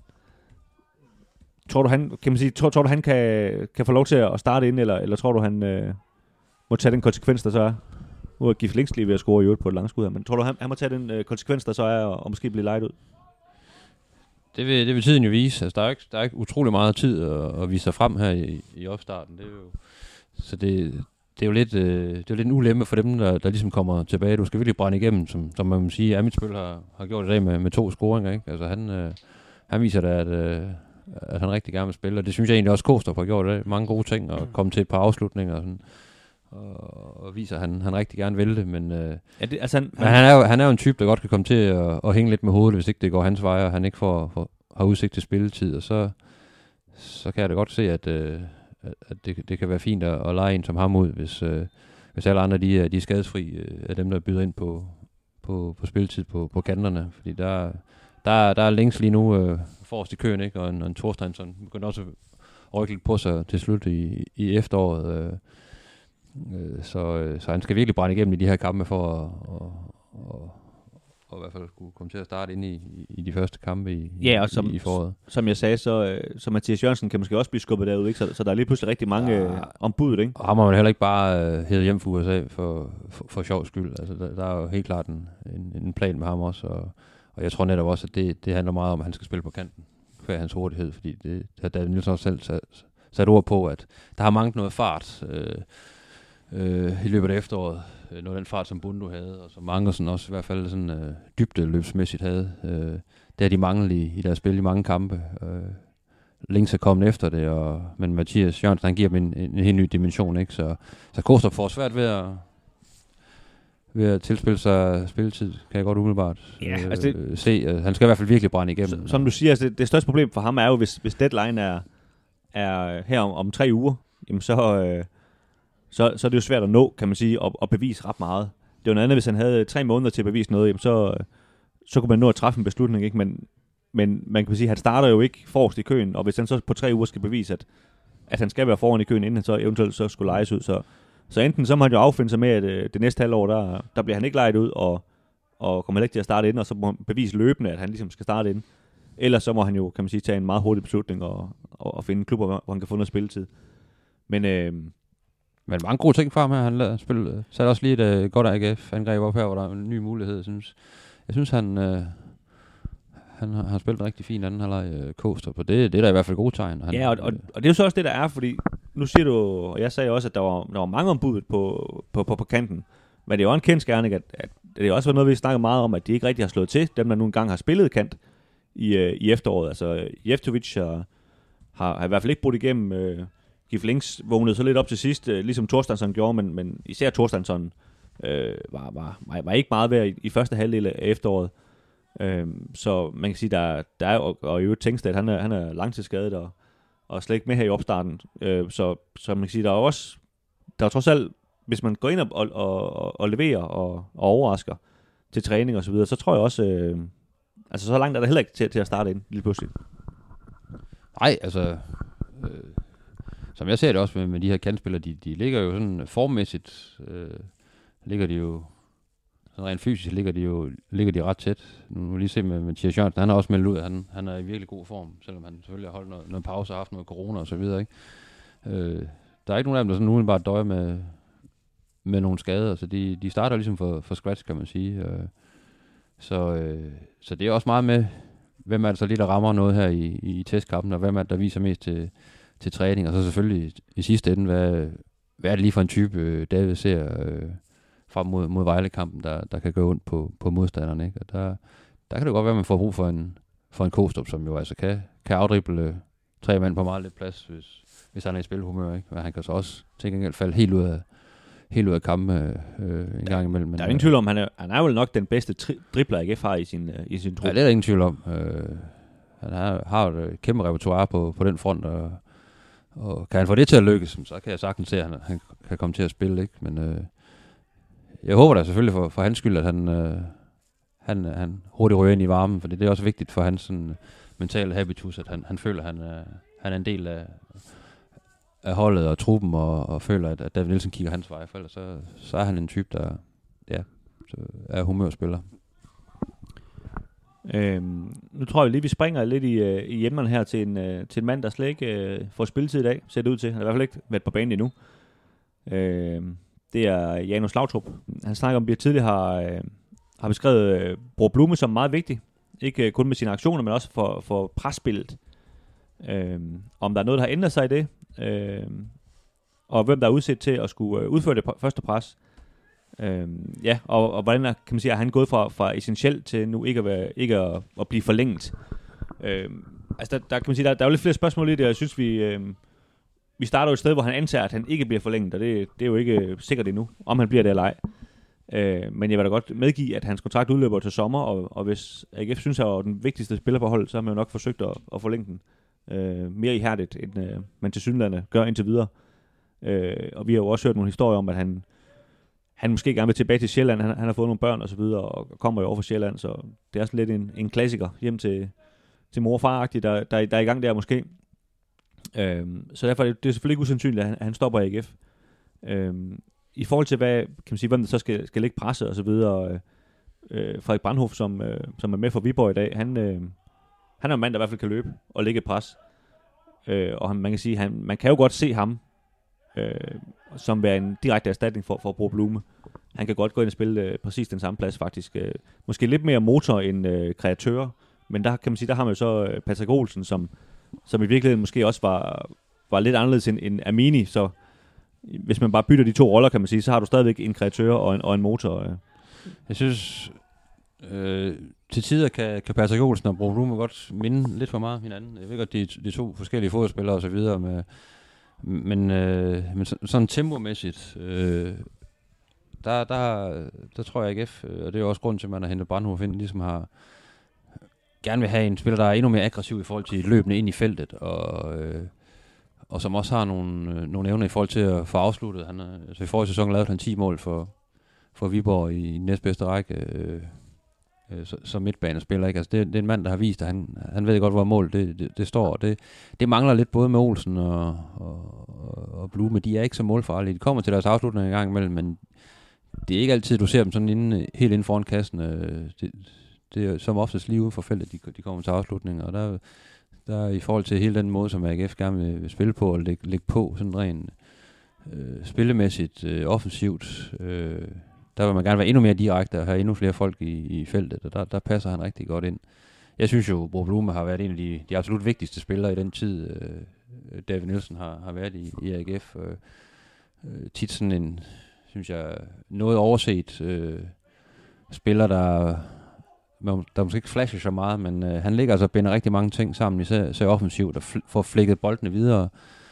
Tror du han kan få lov til at starte ind, eller tror du han må tage den konsekvens der så er? Nu er Gif Links lige ved at score i øvrigt på et langskud her, men tror du han må tage den konsekvens der så er og måske blive lejet ud? Det vil tiden jo vise. Altså der er ikke utrolig meget tid at vise sig frem her i opstarten. Så det er jo lidt en ulempe for dem der ligesom kommer tilbage. Du skal virkelig brænde igennem, som man må sige. Amitsbøl har gjort i dag med 2 scoringer, ikke? Altså han viser da at han rigtig gerne vil spille, og det synes jeg egentlig også Kåstrup har gjort det. Mange gode ting, og komme til et par afslutninger, og sådan, og viser, at han rigtig gerne vil det, men han er jo en type, der godt kan komme til at hænge lidt med hovedet, hvis ikke det går hans vej, og han ikke har udsigt til spilletid, og så kan jeg da godt se, at det kan være fint at lege en som ham ud, hvis alle andre de er skadesfri af dem, der byder ind på spilletid på kanterne, fordi der er længst lige nu forrest i køen, ikke? Og en Thorsteinsson begyndte også at rykke lidt på sig til slut i efteråret. Så han skal virkelig brænde igennem i de her kampe for at i hvert fald kunne komme til at starte ind i de første kampe i foråret. Som jeg sagde, så Mathias Jørgensen kan måske også blive skubbet derud, ikke? Så der er lige pludselig rigtig mange ombud, ikke? Og ham må man heller ikke bare hæde hjem for USA for sjov skyld. Altså, der er jo helt klart en plan med ham også, og jeg tror netop også, at det handler meget om, at han skal spille på kanten, hver hans hurtighed, fordi det har David Nielsen også selv sat ord på, at der har manglet noget fart i løbet af efteråret. Noget af den fart, som Bundu havde, og som Ankersen også i hvert fald sådan dybdeløbsmæssigt havde. Det har de manglet i deres spil i mange kampe. Links er kommet efter det, men Mathias Jørgensen, han giver dem en helt ny dimension, ikke? Så Kåstrup får svært ved at tilspille sig spilletid, kan jeg godt umiddelbart se. Han skal i hvert fald virkelig brænde igennem. Som du siger, altså det største problem for ham er jo, hvis deadline er her om 3 uger, jamen så er det jo svært at nå, kan man sige, og bevise ret meget. Det er jo noget andet, hvis han havde 3 måneder til at bevise noget, jamen så kunne man nå at træffe en beslutning, ikke? Men man kan sige, at han starter jo ikke forrest i køen, og hvis han så på 3 uger skal bevise, at han skal være foran i køen, inden han så eventuelt så skulle lejes ud, så enten så må han jo affinde sig med, at det næste halvår, der bliver han ikke lejet ud, og kommer ikke til at starte ind, og så må han bevise løbende, at han ligesom skal starte ind. Ellers så må han jo, kan man sige, tage en meget hurtig beslutning og finde en klub, hvor han kan få noget spilletid. Men mange gode ting for ham her. Han satte også lige et godt AGF-angreb op her, hvor der er en ny mulighed. Jeg synes han har spillet rigtig fint anden halvleg Kåstrup, og det er da i hvert fald gode tegn. Ja, og det er jo så også det, der er, fordi nu siger du, og jeg sagde også, at der var mange ombud på kanten, men det er jo en kendsgerning, at det er også noget, vi snakker meget om, at de ikke rigtig har slået til, dem der nu engang har spillet kant i efteråret. Altså Jeftovic har i hvert fald ikke brudt igennem. Gif Links vågnede så lidt op til sidst, ligesom Thorsteinsson gjorde, men især Thorsteinsson var ikke meget værd i første halvdel af efteråret. Så man kan sige, der er, og i øvrigt Tengstad, han er langtidsskadet og slet ikke med her i opstarten. Så man kan sige, der er trods alt, hvis man går ind og leverer og overrasker til træning og så videre, så tror jeg også, altså så langt er der heller ikke til at starte ind lige pludselig. Nej, altså som jeg ser det også med de her kantspillere, de ligger jo sådan formmæssigt, ligger de jo sådan rent fysisk ligger de ret tæt. Nu lige se med Mathias Jørgensen, han har også meldt ud, at han er i virkelig god form, selvom han selvfølgelig har holdt noget pause og haft noget corona og så videre, ikke? Der er ikke nogen af dem, der sådan udenbart døjer med nogle skader, så de starter ligesom for scratch, kan man sige. Så det er også meget med, hvem er det så lige, der rammer noget her i testkampen, og hvem er det, der viser mest til træning, og så selvfølgelig i sidste ende, hvad er det lige for en type, David ser frem mod Vejle-kampen, der kan gå ondt på modstanderne, ikke? Og der kan det godt være, at man får brug for en Kostrup, som jo altså kan afdrible 3 mand på meget lidt plads, hvis han er i spilhumør, ikke? Men han kan så også til gengæld falde helt ud af kampe en gang imellem. Men der er ingen tvivl om, han er vel nok den bedste dribler, AGF har i sin trup. Ja, det er der ingen tvivl om. Han har et kæmpe repertoire på den front, og kan han få det til at lykkes, så kan jeg sagtens se, at han kan komme til at spille, ikke? Men jeg håber da selvfølgelig for hans skyld, at han hurtigt ryger ind i varmen, for det er også vigtigt for hans sådan, mentale habitus, at han føler, at han er en del af holdet og truppen, og føler, at David Nielsen kigger hans vej, for ellers så er han en type, der så er humørspiller. Nu tror jeg lige, vi springer lidt i hjemmerne her til en mand, der slet ikke får spilletid i dag, ser det ud til. Han har i hvert fald ikke været på banen endnu. Det er Janus Lautrup. Han snakker om, at vi tidligere har beskrevet Bror Blume som meget vigtig. Ikke kun med sine aktioner, men også for presspillet. Om der er noget, der har ændret sig i det, og hvem der er udsat til at skulle udføre det første pres. Og hvordan kan man sige, at han gået fra essentielt til nu ikke at blive forlænget. Altså der kan man sige, der er jo lidt flere spørgsmål i det, og jeg synes, vi starter jo et sted, hvor han antager, at han ikke bliver forlænget, og det er jo ikke sikkert endnu, om han bliver det eller ej. Men jeg vil da godt medgive, at hans kontrakt udløber til sommer, og hvis AGF synes, at han er den vigtigste spiller på holdet, så har man jo nok forsøgt at forlænge den mere ihærdigt, end man til synlande gør indtil videre. Og vi har jo også hørt nogle historier om, at han måske gerne vil tilbage til Sjælland. Han har fået nogle børn og så videre, og kommer jo over fra Sjælland, så det er sådan lidt en klassiker hjem til mor og far-agtigt, der er i gang der måske. Så derfor er det selvfølgelig ikke usandsynligt, at han stopper i AGF. I forhold til, hvad, kan man sige, hvem der så skal lægge presset og så videre, Frederik Brandhof, som er med for Viborg i dag, han er en mand, der i hvert fald kan løbe og lægge et pres. Og man kan sige, man kan jo godt se ham som være en direkte erstatning for Bror Blume. Han kan godt gå ind og spille præcis den samme plads faktisk. Måske lidt mere motor end kreatør, men der kan man sige, der har man jo så Patrick Olsen, som i virkeligheden måske også var lidt anderledes end Amini, så hvis man bare bytter de to roller, kan man sige, så har du stadigvæk en kreatør og en motor. Jeg synes, til tider kan Patrick Olsen og Bror Blume godt minde lidt for meget hinanden. Jeg ved godt, de to forskellige fodboldspillere og så videre, men sådan tempomæssigt, der tror jeg AGF, og det er jo også grund til, at man har hentet Brandhof ind, ligesom har gerne vil have en spiller, der er endnu mere aggressiv i forhold til løbende ind i feltet, og som også har nogle evner i forhold til at få afsluttet. Altså i forrige sæson lavede han 10 mål for Viborg i næstbedste række som midtbanespiller, ikke? Altså det er en mand, der har vist, at han ved godt, hvor mål det står. Det mangler lidt både med Olsen og Blume. De er ikke så målfarlige. De kommer til deres afslutning en gang imellem, men det er ikke altid, du ser dem sådan helt inden foran kassen. Det er som oftest lige uden for feltet, de kommer til afslutningen, og der i forhold til hele den måde, som AGF gerne vil spille på og lægge på, sådan rent spillemæssigt, offensivt, der vil man gerne være endnu mere direkte og have endnu flere folk i feltet, og der passer han rigtig godt ind. Jeg synes jo, Bror Blume har været en af de absolut vigtigste spillere i den tid, David Nielsen har været i AGF. Tit sådan en, synes jeg, noget overset spiller, der måske ikke flasher så meget, men han ligger altså og binder rigtig mange ting sammen, især offensivt, og får flækket boldene videre,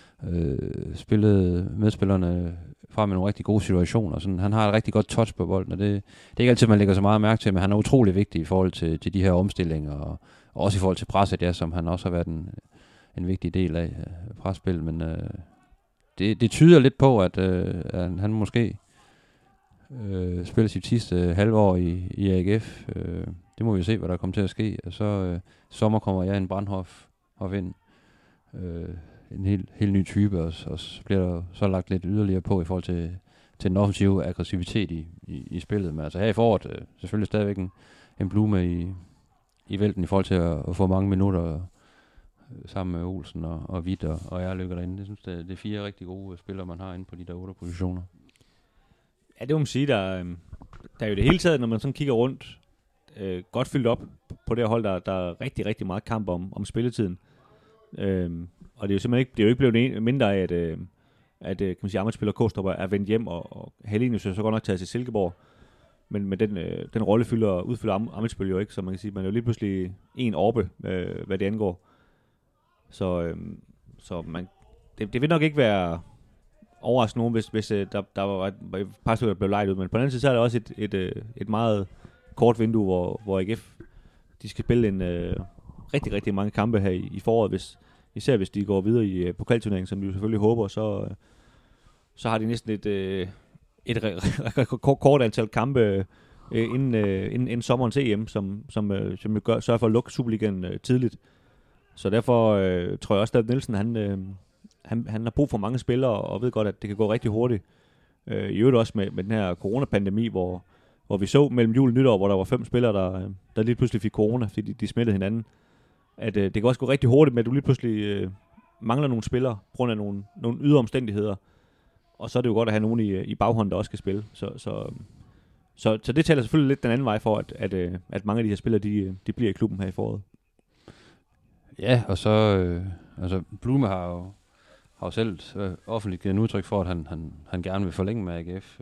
spillet medspillerne frem i nogle rigtig gode situationer. Sådan, han har et rigtig godt touch på bolden, og det er ikke altid, man lægger så meget mærke til, men han er utrolig vigtig i forhold til de her omstillinger, og også i forhold til presset, ja, som han også har været en vigtig del af presspil, men det tyder lidt på, at han måske spiller sit sidste halvår i AGF. Det må vi se, hvad der kommer til at ske. Og så sommer kommer jeg en Brandhoff ind. En helt ny type, og så bliver der så lagt lidt yderligere på i forhold til den offensive aggressivitet i spillet. Men altså her i foråret, selvfølgelig stadigvæk en Blume i vælten i forhold til at få mange minutter sammen med Olsen og Hvidt og Erløkker derinde. Jeg synes, det er 4 rigtig gode spillere, man har inde på de der 8 positioner. Ja, det må man sige, der er jo det hele taget, når man sådan kigger rundt, godt fyldt op på det her hold, der er rigtig, rigtig meget kamp om spilletiden. Og det er jo simpelthen ikke, det er jo ikke blevet mindre af, at kan man sige, Ahmed-spiller Kåstrup er vendt hjem, og Helenius er så godt nok taget til Silkeborg. Men den rolle udfylder Ahmed-spil jo ikke, så man kan sige, man er jo lige pludselig en orbe, hvad det angår. Så det vil nok ikke være overraskende nogen, hvis der var et par stykker, der blev lejet ud. Men på den anden side, så er der også et meget kort vindue, hvor AGF de skal spille en rigtig, rigtig mange kampe her i foråret, især hvis de går videre i pokalturneringen, som vi jo selvfølgelig håber, så har de næsten et kort antal kampe inden sommerens EM, som sørger for at lukke Superligaen tidligt. Så derfor tror jeg også, at Nielsen han har brug for mange spillere, og ved godt, at det kan gå rigtig hurtigt. I øvrigt også med den her coronapandemi, hvor vi så mellem jul og nytår, hvor der var 5 spillere, der lige pludselig fik corona, fordi de smittede hinanden. At det kan også gå rigtig hurtigt med, at du lige pludselig mangler nogle spillere, på grund af nogle ydre omstændigheder. Og så er det jo godt at have nogen i baghånden, der også skal spille. Så det taler selvfølgelig lidt den anden vej for, at mange af de her spillere, de bliver i klubben her i foråret. Ja, og så altså Blume har jo selv offentligt givet en udtryk for, at han gerne vil forlænge med AGF.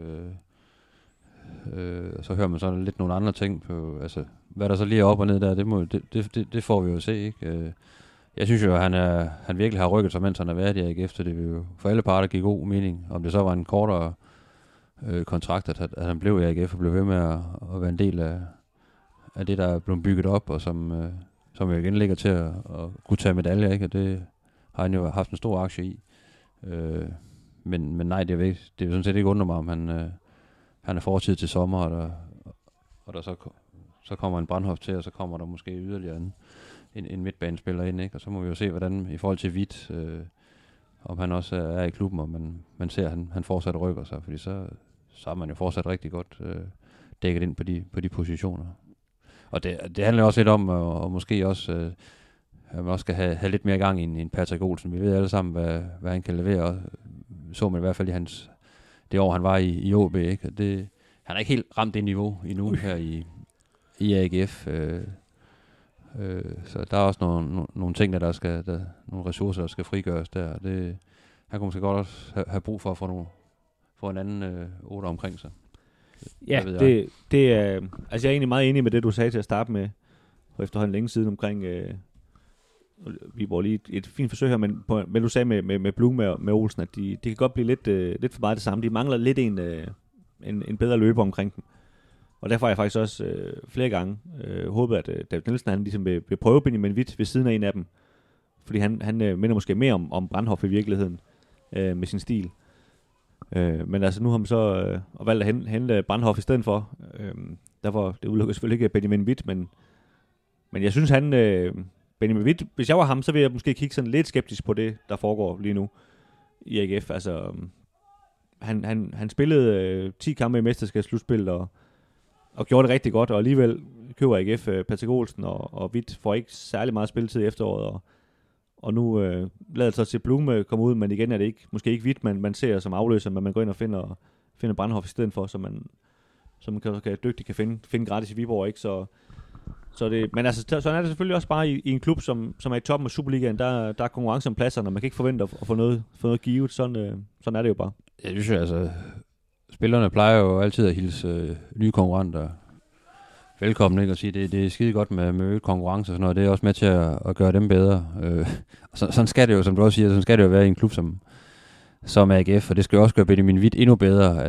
Så hører man så lidt nogle andre ting på, altså hvad der så lige er op og ned der, det får vi jo se, ikke? Jeg synes jo, at han virkelig har rykket sig, mens han har været i AGF, så det vil jo for alle parter give god mening. Om det så var en kortere kontrakt, at han blev i AGF og blev ved med at være en del af det, der er blevet bygget op, og som jo igen ligger til at kunne tage medaljer, ikke? Og det har han jo haft en stor aktie i. Men nej, det er jo sådan set ikke undre mig, om han er fortid til sommer, og der så kommer en Brandhoff til, og så kommer der måske yderligere en midtbanespiller ind, ikke? Og så må vi jo se, hvordan i forhold til Hvidt, om han også er i klubben, og man ser, at han fortsat rykker sig, fordi så er man jo fortsat rigtig godt dækket ind på de positioner. Og det handler også lidt om, og måske også, at man også skal have lidt mere gang i en Patrick Olsen. Vi ved alle sammen, hvad han kan levere, og så man i hvert fald i det år, han var i OB, ikke? Han er ikke helt ramt det niveau endnu her i AGF. Så der er også nogle ting, nogle ressourcer, der skal frigøres der. Han kunne måske godt også have brug for at få en anden 8 omkring sig. Ja, det er... Altså, jeg er egentlig meget enig med det, du sagde til at starte med, for efterhånden længe siden omkring... vi var lige et fint forsøg her, men du sagde med Blume med Olsen, at det kan godt blive lidt for meget det samme. De mangler lidt en bedre løber omkring dem. Og derfor har jeg faktisk også flere gange håbet, at David Nielsen han ligesom vil prøve Benjamin Hvidt ved siden af en af dem. Fordi han minder måske mere om Brandhoff i virkeligheden med sin stil. Men altså nu har man så valgt at hente Brandhoff i stedet for. Derfor det udelukker selvfølgelig ikke Benjamin Hvidt, men jeg synes Benjamin Hvidt, hvis jeg var ham, så ville jeg måske kigge sådan lidt skeptisk på det, der foregår lige nu i AGF. Altså han spillede 10 kampe i mesterskabsslutspil og gjorde det rigtig godt, og alligevel køber AGF Patrick Olsen, og Hvidt får ikke særlig meget spilletid i efteråret, og nu lader det så til Blume komme ud, men igen er det måske ikke Hvidt, man ser som afløser, men man går ind og finder Brandhoff i stedet for, så man dygtigt kan finde gratis i Viborg, ikke? Så det, men altså, sådan er det selvfølgelig også bare i en klub, som er i toppen af Superligaen, der er konkurrence om pladserne, og man kan ikke forvente at få noget givet, sådan er det jo bare. Jeg synes altså, spillerne plejer jo altid at hilse nye konkurrenter velkommen, ikke? Og sige, det er skide godt med øget konkurrence og sådan noget. Det er også med til at gøre dem bedre. Sådan skal det jo, som du også siger, sådan skal det jo være i en klub som AGF, og det skal jo også gøre Benjamin Witt endnu bedre,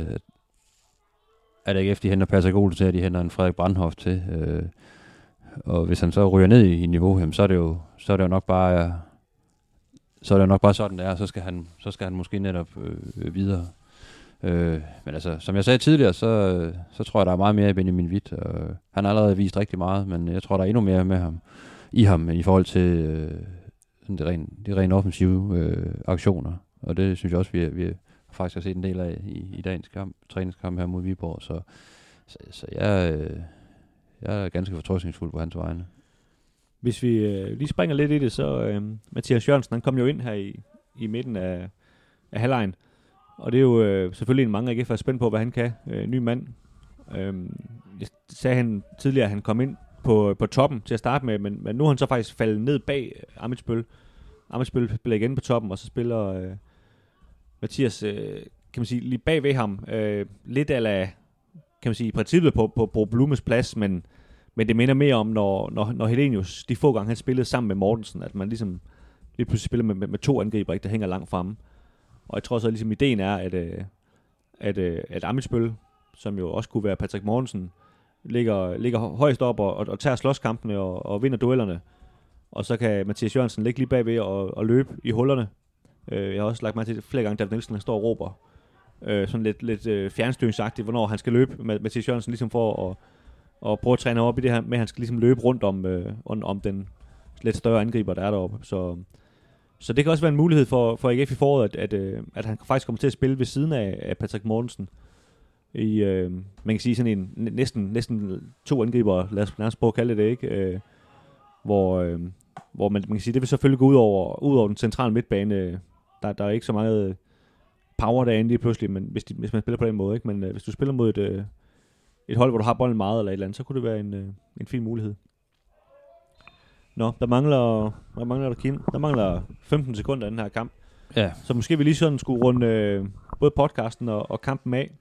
at AGF de henter Patrick Olsen til, at de henter en Frederik Brandhoff til. Og hvis han så ryger ned i niveau, jamen, så er det jo nok bare sådan det er, så skal han måske netop videre. Men altså, som jeg sagde tidligere, så tror jeg, der er meget mere i Benjamin Witt. Han har allerede vist rigtig meget, men jeg tror, der er endnu mere med ham i forhold til de rent offensive aktioner. Og det synes jeg også, vi faktisk har set en del af i dagens træningskamp her mod Viborg. Så jeg er ganske fortrøstningsfuld på hans vegne. Hvis vi lige springer lidt i det, så Mathias Jørgensen, han kom jo ind her i midten af halvlejen. Og det er jo selvfølgelig en mange AGF er spændt på, hvad han kan. Ny mand. Jeg sagde han tidligere, at han kom ind på toppen til at starte med, men nu er han så faktisk faldet ned bag Amitsbøl. Amitsbøl spiller igen på toppen, og så spiller Mathias, kan man sige, lige bag ved ham. Lidt ala, kan man sige, i princippet på Blumes plads, men det minder mere om, når Helenius, de få gange han spillede sammen med Mortensen, at man ligesom lige pludselig spiller med to angriber, der hænger langt fremme. Og jeg tror så ligesom ideen er, at Amitsbøl, som jo også kunne være Patrick Mortensen, ligger højst op og tager slåskampene og vinder duellerne. Og så kan Mathias Jørgensen ligge lige bagved og løbe i hullerne. Jeg har også lagt mig til flere gange, David Nielsen står og råber sådan lidt fjernstyringsagtigt, hvornår han skal løbe. Mathias Jørgensen ligesom for at prøve at træne op i det her med, at han skal ligesom løbe rundt om den lidt større angriber, der er deroppe. Så det kan også være en mulighed for AGF i foråret, at han faktisk kommer til at spille ved siden af Patrick Mortensen. Man kan sige sådan en næsten to angriber, lad os prøve at kalde det, ikke? Hvor man kan sige, det vil selvfølgelig gå ud over den centrale midtbane. Der er ikke så meget power derinde lige pludselig, men hvis man spiller på den måde, ikke? Men hvis du spiller mod et hold, hvor du har bolden meget eller et eller andet, så kunne det være en fin mulighed. Nå, der mangler Kim. Der mangler 15 sekunder i den her kamp. Ja. Så måske vi lige sådan skulle runde både podcasten og kampen af.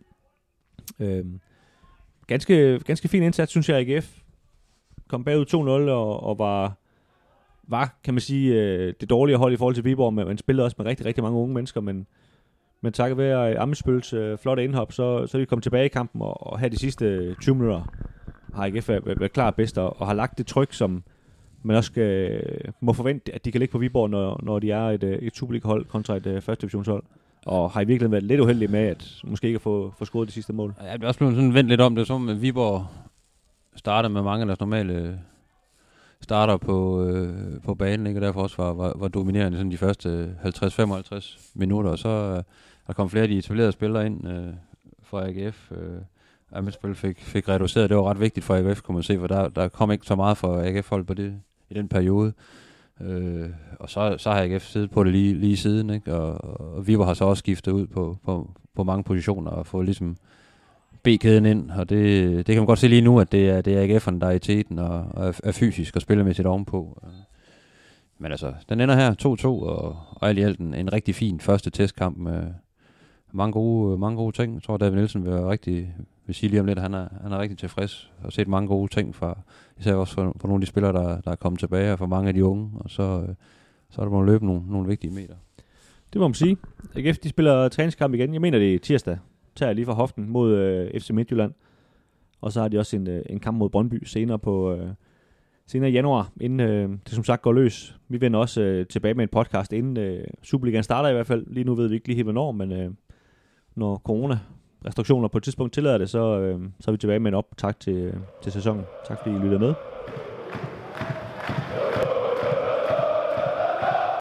Ganske fin indsats, synes jeg, AGF. Kom bagud 2-0 og var, kan man sige, det dårlige hold i forhold til Viborg, men spillede også med rigtig, rigtig mange unge mennesker, men takket være Amitsbøls flotte indhop, så er de kommet tilbage i kampen, og her de sidste 20 minutter har AGF været klar bedst, og har lagt det tryk, som man også må forvente, at de kan ligge på Viborg, når de er et Superliga-hold kontra et første divisionshold. Og har i virkeligheden været lidt uheldige med, at måske ikke at få scoret det sidste mål. Ja, det er også blevet sådan vendt lidt om det, som at Viborg starter med mange af deres normale starter på banen, ikke? Og derfor også var dominerende sådan de første 50-55 minutter, og så der kom flere af de etablerede spillere ind fra AGF. Amitsbøl fik reduceret, det var ret vigtigt for AGF, kunne man se, for der kom ikke så meget for AGF-hold på det i den periode. Og så har AGF siddet på det lige siden, ikke? Og Viborg har så også skiftet ud på mange positioner og fået ligesom B-kæden ind, og det kan man godt se lige nu, at det er AGF'erne, der er i teten og er fysisk og spillemæssigt ovenpå. Men altså, den ender her 2-2, og alt i alt en rigtig fin første testkamp med mange gode ting. Jeg tror, David Nielsen vil sige lige om lidt, at han er rigtig tilfreds og set mange gode ting fra, især også for nogle af de spillere, der er kommet tilbage, og for mange af de unge, og så er der blevet løbet nogle vigtige meter. Det må man sige. AGF, de spiller træningskamp igen. Jeg mener, det er tirsdag. Tager lige fra hoften mod FC Midtjylland. Og så har de også en kamp mod Brøndby senere i januar, inden det som sagt går løs. Vi vender også tilbage med en podcast, inden Superligaen starter i hvert fald. Lige nu ved vi ikke lige helt hvornår, men når corona-restriktioner på et tidspunkt tillader det, så er vi tilbage med en optakt til sæsonen. Tak fordi I lyttede med.